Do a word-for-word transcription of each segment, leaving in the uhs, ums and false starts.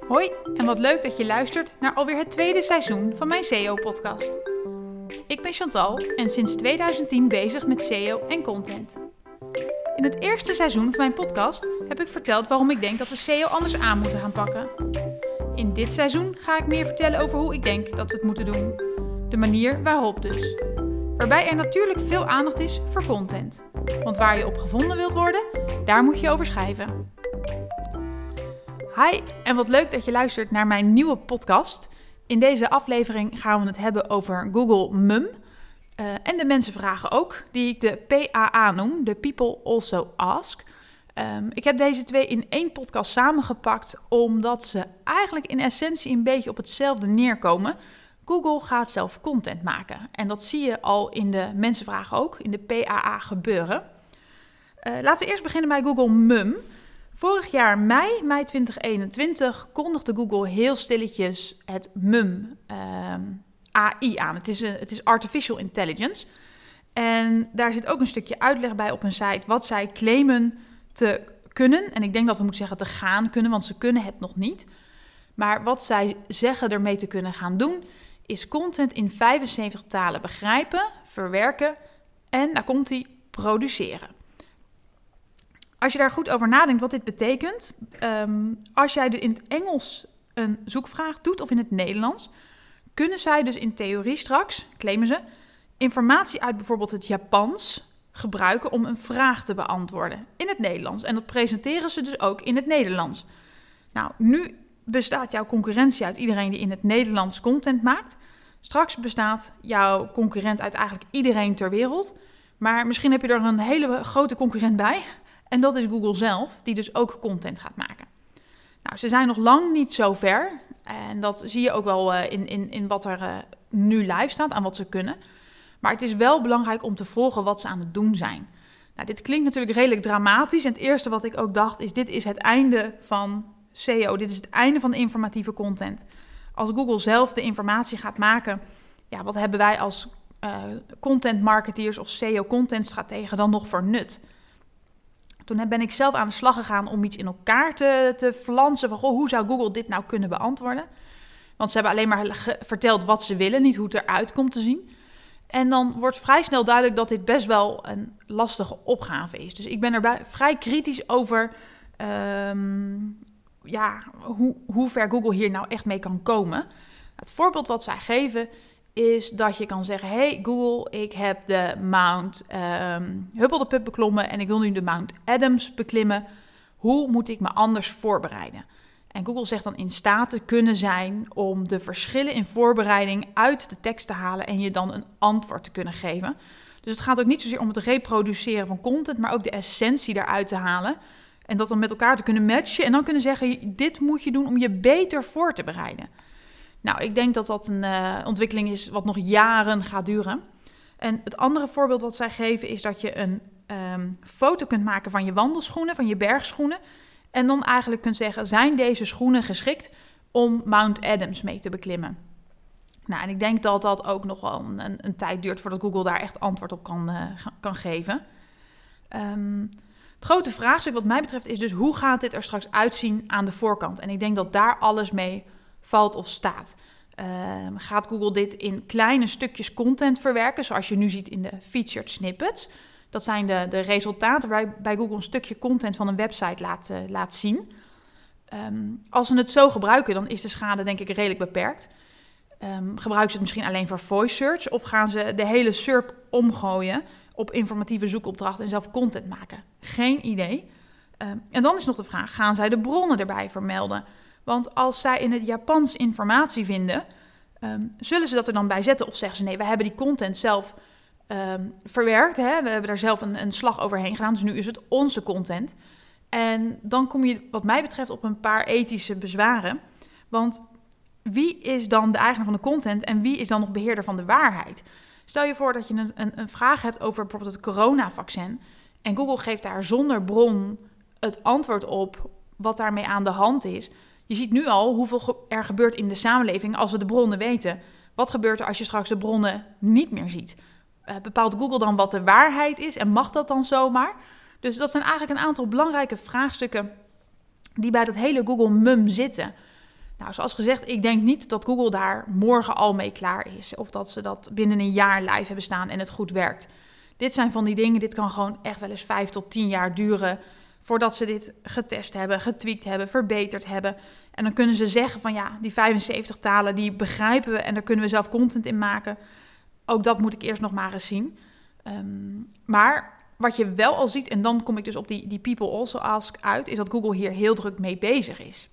Hoi en wat leuk dat je luistert naar alweer het tweede seizoen van mijn S E O-podcast. Ik ben Chantal en sinds tweeduizend tien bezig met S E O en content. In het eerste seizoen van mijn podcast heb ik verteld waarom ik denk dat we S E O anders aan moeten gaan pakken. In dit seizoen ga ik meer vertellen over hoe ik denk dat we het moeten doen. De manier waarop dus. Waarbij er natuurlijk veel aandacht is voor content. Want waar je op gevonden wilt worden, daar moet je over schrijven. Hi en wat leuk dat je luistert naar mijn nieuwe podcast. In deze aflevering gaan we het hebben over Google Mum. Uh, en de mensenvragen ook, die ik de P A A noem, de People Also Ask. Um, ik heb deze twee in één podcast samengepakt, omdat ze eigenlijk in essentie een beetje op hetzelfde neerkomen. Google gaat zelf content maken. En dat zie je al in de mensenvragen ook, in de P A A gebeuren. Uh, laten we eerst beginnen bij Google Mum. Vorig jaar mei, mei twintig eenentwintig, kondigde Google heel stilletjes het Mum uh, A I aan. Het is, uh, het is Artificial Intelligence. En daar zit ook een stukje uitleg bij op hun site wat zij claimen te kunnen. En ik denk dat we moeten zeggen te gaan kunnen, want ze kunnen het nog niet. Maar wat zij zeggen ermee te kunnen gaan doen, is content in vijfenzeventig talen begrijpen, verwerken en, daar komt ie, produceren. Als je daar goed over nadenkt wat dit betekent, um, als jij in het Engels een zoekvraag doet of in het Nederlands, kunnen zij dus in theorie straks, claimen ze, informatie uit bijvoorbeeld het Japans gebruiken om een vraag te beantwoorden in het Nederlands. En dat presenteren ze dus ook in het Nederlands. Nou, nu bestaat jouw concurrentie uit iedereen die in het Nederlands content maakt. Straks bestaat jouw concurrent uit eigenlijk iedereen ter wereld. Maar misschien heb je er een hele grote concurrent bij. En dat is Google zelf, die dus ook content gaat maken. Nou, ze zijn nog lang niet zo ver. En dat zie je ook wel uh, in, in, in wat er uh, nu live staat, aan wat ze kunnen. Maar het is wel belangrijk om te volgen wat ze aan het doen zijn. Nou, dit klinkt natuurlijk redelijk dramatisch. En het eerste wat ik ook dacht is, dit is het einde van S E O. Dit is het einde van de informatieve content. Als Google zelf de informatie gaat maken, ja, wat hebben wij als uh, content marketeers of S E O-content strategen dan nog voor nut? Toen ben ik zelf aan de slag gegaan om iets in elkaar te, te flansen. Van, goh, hoe zou Google dit nou kunnen beantwoorden? Want ze hebben alleen maar ge- verteld wat ze willen, niet hoe het eruit komt te zien. En dan wordt vrij snel duidelijk dat dit best wel een lastige opgave is. Dus ik ben er vrij kritisch over um, ja, hoe, hoe ver Google hier nou echt mee kan komen. Het voorbeeld wat zij geven is dat je kan zeggen, hey Google, ik heb de Mount um, Hubble de Pup beklommen en ik wil nu de Mount Adams beklimmen. Hoe moet ik me anders voorbereiden? En Google zegt dan in staat te kunnen zijn om de verschillen in voorbereiding uit de tekst te halen en je dan een antwoord te kunnen geven. Dus het gaat ook niet zozeer om het reproduceren van content, maar ook de essentie daaruit te halen. En dat dan met elkaar te kunnen matchen en dan kunnen zeggen, dit moet je doen om je beter voor te bereiden. Nou, ik denk dat dat een uh, ontwikkeling is wat nog jaren gaat duren. En het andere voorbeeld wat zij geven is dat je een um, foto kunt maken van je wandelschoenen, van je bergschoenen. En dan eigenlijk kunt zeggen, zijn deze schoenen geschikt om Mount Adams mee te beklimmen? Nou, en ik denk dat dat ook nog wel een, een, een tijd duurt voordat Google daar echt antwoord op kan, uh, kan geven. Um, het grote vraagstuk wat mij betreft is dus, hoe gaat dit er straks uitzien aan de voorkant? En ik denk dat daar alles mee valt of staat. Uh, gaat Google dit in kleine stukjes content verwerken, zoals je nu ziet in de featured snippets? Dat zijn de, de resultaten waar bij Google een stukje content van een website laat, uh, laat zien. Um, als ze het zo gebruiken, dan is de schade denk ik redelijk beperkt. Um, gebruiken ze het misschien alleen voor voice search of gaan ze de hele S E R P omgooien op informatieve zoekopdrachten en zelf content maken? Geen idee. Um, en dan is nog de vraag, gaan zij de bronnen erbij vermelden? Want als zij in het Japans informatie vinden, um, zullen ze dat er dan bij zetten? Of zeggen ze, nee, we hebben die content zelf um, verwerkt. Hè? We hebben daar zelf een, een slag overheen gedaan, dus nu is het onze content. En dan kom je, wat mij betreft, op een paar ethische bezwaren. Want wie is dan de eigenaar van de content en wie is dan nog beheerder van de waarheid? Stel je voor dat je een, een, een vraag hebt over bijvoorbeeld het coronavaccin en Google geeft daar zonder bron het antwoord op wat daarmee aan de hand is. Je ziet nu al hoeveel er gebeurt in de samenleving als we de bronnen weten. Wat gebeurt er als je straks de bronnen niet meer ziet? Uh, bepaalt Google dan wat de waarheid is en mag dat dan zomaar? Dus dat zijn eigenlijk een aantal belangrijke vraagstukken die bij dat hele Google Mum zitten. Nou, zoals gezegd, ik denk niet dat Google daar morgen al mee klaar is. Of dat ze dat binnen een jaar live hebben staan en het goed werkt. Dit zijn van die dingen, dit kan gewoon echt wel eens vijf tot tien jaar duren voordat ze dit getest hebben, getweakt hebben, verbeterd hebben. En dan kunnen ze zeggen van ja, die vijfenzeventig talen, die begrijpen we en daar kunnen we zelf content in maken. Ook dat moet ik eerst nog maar eens zien. Um, maar wat je wel al ziet, en dan kom ik dus op die, die People Also Ask uit, is dat Google hier heel druk mee bezig is.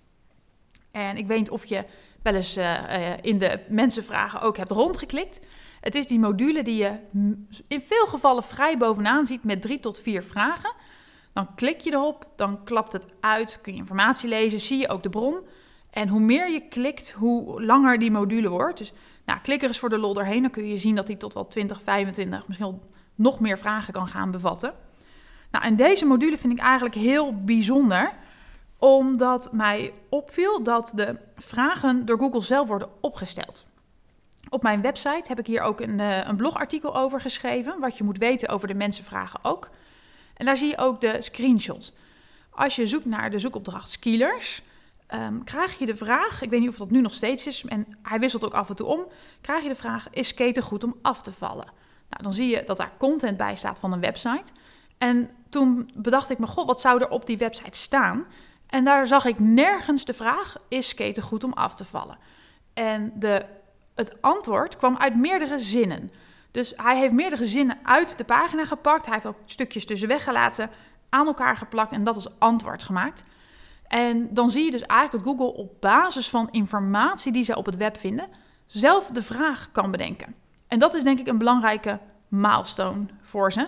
En ik weet niet of je wel eens uh, uh, in de mensenvragen ook hebt rondgeklikt. Het is die module die je in veel gevallen vrij bovenaan ziet met drie tot vier vragen. Dan klik je erop, dan klapt het uit, kun je informatie lezen, zie je ook de bron. En hoe meer je klikt, hoe langer die module wordt. Dus nou, klik er eens voor de lol doorheen, dan kun je zien dat die tot wel twintig, vijfentwintig, misschien wel nog meer vragen kan gaan bevatten. Nou, en deze module vind ik eigenlijk heel bijzonder, omdat mij opviel dat de vragen door Google zelf worden opgesteld. Op mijn website heb ik hier ook een, uh, een blogartikel over geschreven, wat je moet weten over de mensenvragen ook. En daar zie je ook de screenshots. Als je zoekt naar de zoekopdracht skilers, um, krijg je de vraag, ik weet niet of dat nu nog steeds is, en hij wisselt ook af en toe om, krijg je de vraag, is skaten goed om af te vallen? Nou, dan zie je dat daar content bij staat van een website. En toen bedacht ik me, god, wat zou er op die website staan? En daar zag ik nergens de vraag, is skaten goed om af te vallen? En de, het antwoord kwam uit meerdere zinnen. Dus hij heeft meerdere zinnen uit de pagina gepakt. Hij heeft ook stukjes tussen weggelaten, aan elkaar geplakt en dat als antwoord gemaakt. En dan zie je dus eigenlijk dat Google op basis van informatie die ze op het web vinden, zelf de vraag kan bedenken. En dat is denk ik een belangrijke milestone voor ze.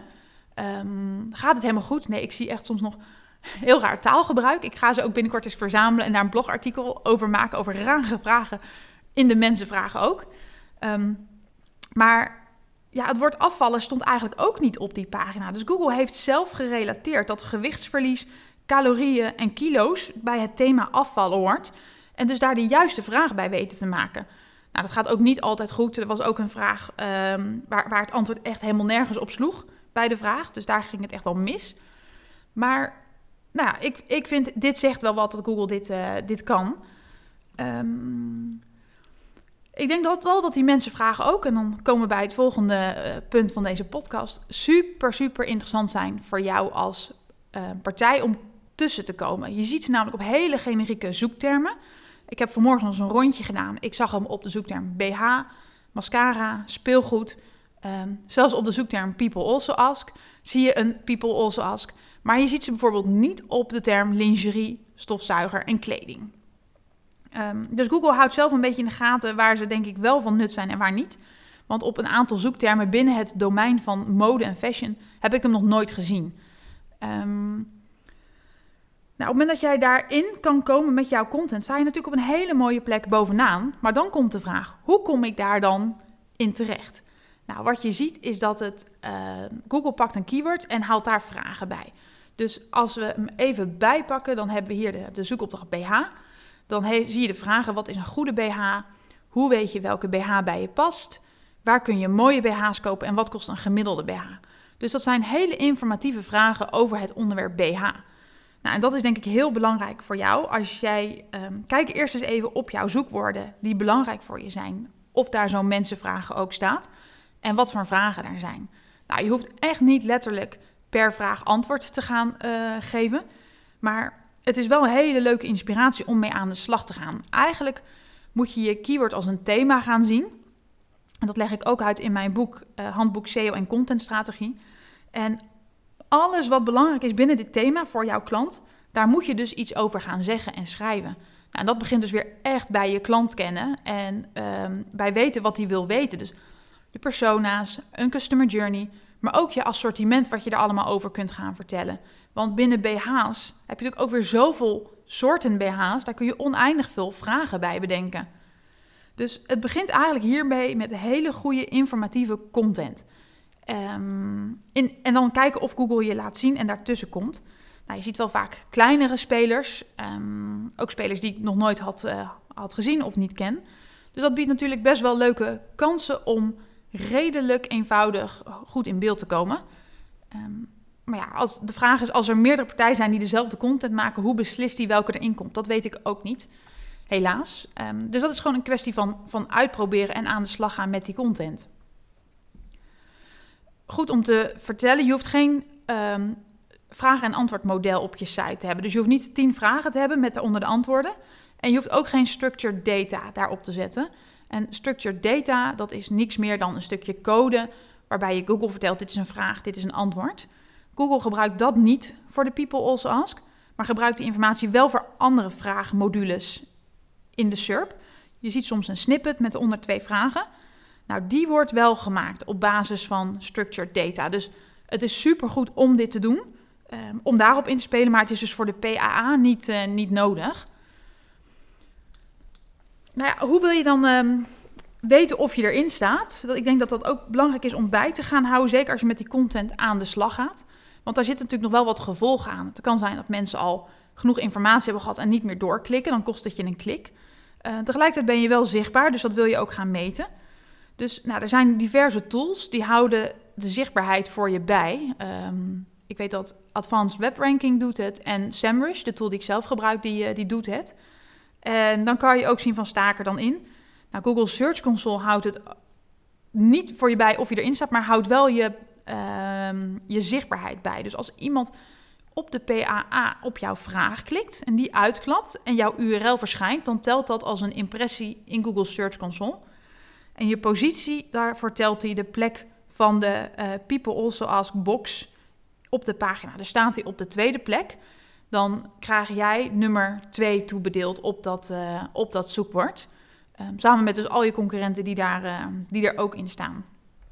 Um, gaat het helemaal goed? Nee, ik zie echt soms nog heel raar taalgebruik. Ik ga ze ook binnenkort eens verzamelen en daar een blogartikel over maken, over rare vragen in de mensenvragen ook. Um, maar ja, het woord afvallen stond eigenlijk ook niet op die pagina. Dus Google heeft zelf gerelateerd dat gewichtsverlies, calorieën en kilo's bij het thema afvallen hoort. En dus daar de juiste vraag bij weten te maken. Nou, dat gaat ook niet altijd goed. Er was ook een vraag um, waar, waar het antwoord echt helemaal nergens op sloeg bij de vraag. Dus daar ging het echt wel mis. Maar nou ja, ik, ik vind, dit zegt wel wat dat Google dit, uh, dit kan. Um, ik denk dat wel dat die mensen vragen ook, en dan komen we bij het volgende uh, punt van deze podcast, super, super interessant zijn voor jou als uh, partij om tussen te komen. Je ziet ze namelijk op hele generieke zoektermen. Ik heb vanmorgen nog eens een rondje gedaan. Ik zag hem op de zoekterm B H, mascara, speelgoed. Um, zelfs op de zoekterm People Also Ask zie je een People Also Ask. Maar je ziet ze bijvoorbeeld niet op de term lingerie, stofzuiger en kleding. Um, dus Google houdt zelf een beetje in de gaten waar ze denk ik wel van nut zijn en waar niet. Want op een aantal zoektermen binnen het domein van mode en fashion heb ik hem nog nooit gezien. Um, Nou, op het moment dat jij daarin kan komen met jouw content, sta je natuurlijk op een hele mooie plek bovenaan. Maar dan komt de vraag, hoe kom ik daar dan in terecht? Nou, wat je ziet is dat het, uh, Google pakt een keyword en haalt daar vragen bij. Dus als we hem even bijpakken, dan hebben we hier de, de zoekopdracht B H. Dan he, zie je de vragen, wat is een goede B H? Hoe weet je welke B H bij je past? Waar kun je mooie B H's kopen en wat kost een gemiddelde B H? Dus dat zijn hele informatieve vragen over het onderwerp B H. Nou, en dat is denk ik heel belangrijk voor jou. Als jij, um, kijk eerst eens even op jouw zoekwoorden die belangrijk voor je zijn. Of daar zo'n mensenvragen ook staat. En wat voor vragen daar zijn. Nou, je hoeft echt niet letterlijk per vraag antwoord te gaan uh, geven. Maar het is wel een hele leuke inspiratie om mee aan de slag te gaan. Eigenlijk moet je je keyword als een thema gaan zien. En dat leg ik ook uit in mijn boek, uh, Handboek S E O en Content Strategie. En alles wat belangrijk is binnen dit thema voor jouw klant, daar moet je dus iets over gaan zeggen en schrijven. Nou, en dat begint dus weer echt bij je klant kennen en um, bij weten wat hij wil weten. Dus je persona's, een customer journey, maar ook je assortiment wat je er allemaal over kunt gaan vertellen. Want binnen B H's heb je natuurlijk ook weer zoveel soorten B H's, daar kun je oneindig veel vragen bij bedenken. Dus het begint eigenlijk hierbij met hele goede informatieve content. Um, in, en dan kijken of Google je laat zien en daartussen komt. Nou, je ziet wel vaak kleinere spelers, um, ook spelers die ik nog nooit had, uh, had gezien of niet ken. Dus dat biedt natuurlijk best wel leuke kansen om redelijk eenvoudig goed in beeld te komen. Um, maar ja, als, de vraag is, als er meerdere partijen zijn die dezelfde content maken, hoe beslist die welke erin komt? Dat weet ik ook niet. helaas. Um, dus dat is gewoon een kwestie van, van uitproberen en aan de slag gaan met die content. Goed om te vertellen, je hoeft geen um, vraag- en antwoordmodel op je site te hebben. Dus je hoeft niet tien vragen te hebben met daaronder de antwoorden. En je hoeft ook geen structured data daarop te zetten. En structured data, dat is niks meer dan een stukje code waarbij je Google vertelt, dit is een vraag, dit is een antwoord. Google gebruikt dat niet voor de People Also Ask, maar gebruikt die informatie wel voor andere vraagmodules in de S E R P. Je ziet soms een snippet met onder twee vragen. Nou, die wordt wel gemaakt op basis van structured data. Dus het is supergoed om dit te doen, um, om daarop in te spelen, maar het is dus voor de P A A niet, uh, niet nodig. Nou ja, hoe wil je dan um, weten of je erin staat? Dat, ik denk dat dat ook belangrijk is om bij te gaan houden, zeker als je met die content aan de slag gaat. Want daar zitten natuurlijk nog wel wat gevolgen aan. Het kan zijn dat mensen al genoeg informatie hebben gehad en niet meer doorklikken. Dan kost het je een klik. Uh, tegelijkertijd ben je wel zichtbaar, dus dat wil je ook gaan meten. Dus nou, er zijn diverse tools die houden de zichtbaarheid voor je bij. Um, ik weet dat Advanced Web Ranking doet het en SEMrush, de tool die ik zelf gebruik, die, uh, die doet het. En dan kan je ook zien van sta ik er dan in. Nou, Google Search Console houdt het niet voor je bij of je erin staat, maar houdt wel je, um, je zichtbaarheid bij. Dus als iemand op de P A A op jouw vraag klikt en die uitklapt en jouw U R L verschijnt, dan telt dat als een impressie in Google Search Console. En je positie, daarvoor telt hij de plek van de uh, People Also Ask box op de pagina. Dus staat hij op de tweede plek, dan krijg jij nummer twee toebedeeld op dat, uh, op dat zoekwoord. Um, samen met dus al je concurrenten die, daar, uh, die er ook in staan.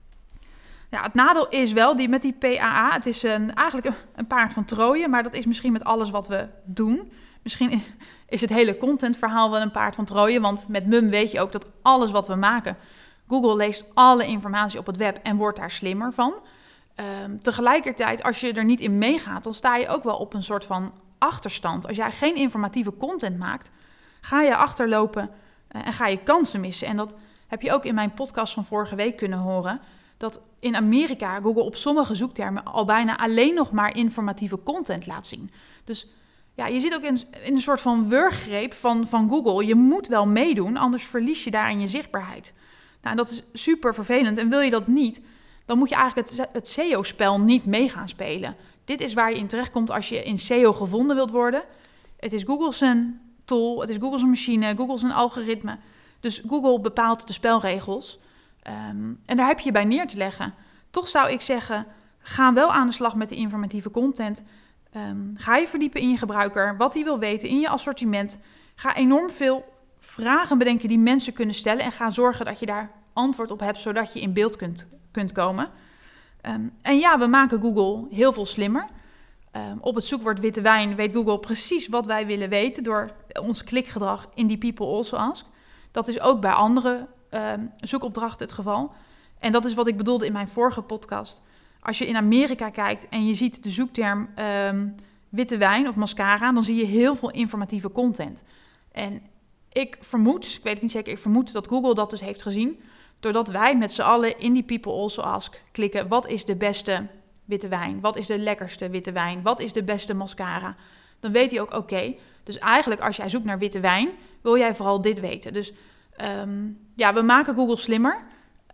Ja, het nadeel is wel, die, met die P A A, het is een, eigenlijk een, een paard van Troje, maar dat is misschien met alles wat we doen. Misschien is, is het hele contentverhaal wel een paard van Troje, want met Mum weet je ook dat alles wat we maken, Google leest alle informatie op het web en wordt daar slimmer van. Um, tegelijkertijd, als je er niet in meegaat, dan sta je ook wel op een soort van achterstand. Als jij geen informatieve content maakt, ga je achterlopen uh, en ga je kansen missen. En dat heb je ook in mijn podcast van vorige week kunnen horen, dat in Amerika Google op sommige zoektermen al bijna alleen nog maar informatieve content laat zien. Dus ja, je zit ook in, in een soort van wurggreep van, van Google. Je moet wel meedoen, anders verlies je daarin je zichtbaarheid. Nou, dat is super vervelend. En wil je dat niet, dan moet je eigenlijk het, het S E O-spel niet mee gaan spelen. Dit is waar je in terechtkomt als je in S E O gevonden wilt worden. Het is Google's een tool, het is Google's een machine, Google's een algoritme. Dus Google bepaalt de spelregels. Um, en daar heb je je bij neer te leggen. Toch zou ik zeggen, ga wel aan de slag met de informatieve content. Um, ga je verdiepen in je gebruiker, wat hij wil weten in je assortiment. Ga enorm veel vragen bedenken die mensen kunnen stellen en ga zorgen dat je daar antwoord op hebt, zodat je in beeld kunt, kunt komen. Um, en ja, we maken Google heel veel slimmer. Um, op het zoekwoord witte wijn weet Google precies wat wij willen weten door ons klikgedrag in die People Also Ask. Dat is ook bij andere um, zoekopdrachten het geval. En dat is wat ik bedoelde in mijn vorige podcast. Als je in Amerika kijkt en je ziet de zoekterm um, witte wijn of mascara, dan zie je heel veel informatieve content. En ik vermoed, ik weet het niet zeker, ik vermoed dat Google dat dus heeft gezien, doordat wij met z'n allen in die People Also Ask klikken, wat is de beste witte wijn? Wat is de lekkerste witte wijn? Wat is de beste mascara? Dan weet hij ook, oké, okay, dus eigenlijk als jij zoekt naar witte wijn, wil jij vooral dit weten. Dus um, ja, we maken Google slimmer.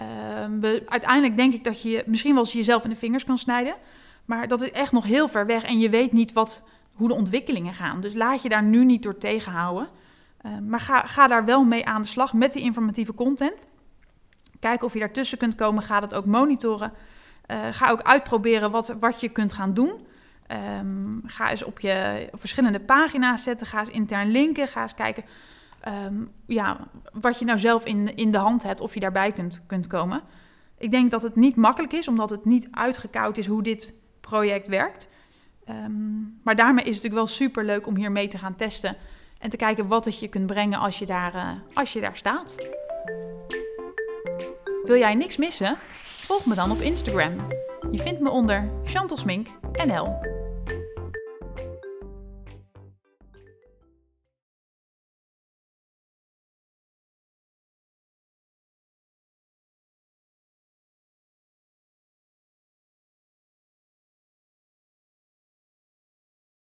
Uh, we, uiteindelijk denk ik dat je misschien wel eens jezelf in de vingers kan snijden. Maar dat is echt nog heel ver weg en je weet niet wat, hoe de ontwikkelingen gaan. Dus laat je daar nu niet door tegenhouden. Uh, maar ga, ga daar wel mee aan de slag met die informatieve content. Kijk of je daartussen kunt komen. Ga dat ook monitoren. Uh, ga ook uitproberen wat, wat je kunt gaan doen. Um, ga eens op je op verschillende pagina's zetten. Ga eens intern linken. Ga eens kijken um, ja, wat je nou zelf in, in de hand hebt. Of je daarbij kunt, kunt komen. Ik denk dat het niet makkelijk is. Omdat het niet uitgekoud is hoe dit project werkt. Um, maar daarmee is het natuurlijk wel super leuk om hier mee te gaan testen. En te kijken wat het je kunt brengen als je daar, uh, als je daar staat. Wil jij niks missen? Volg me dan op Instagram. Je vindt me onder Chantal Smink N L.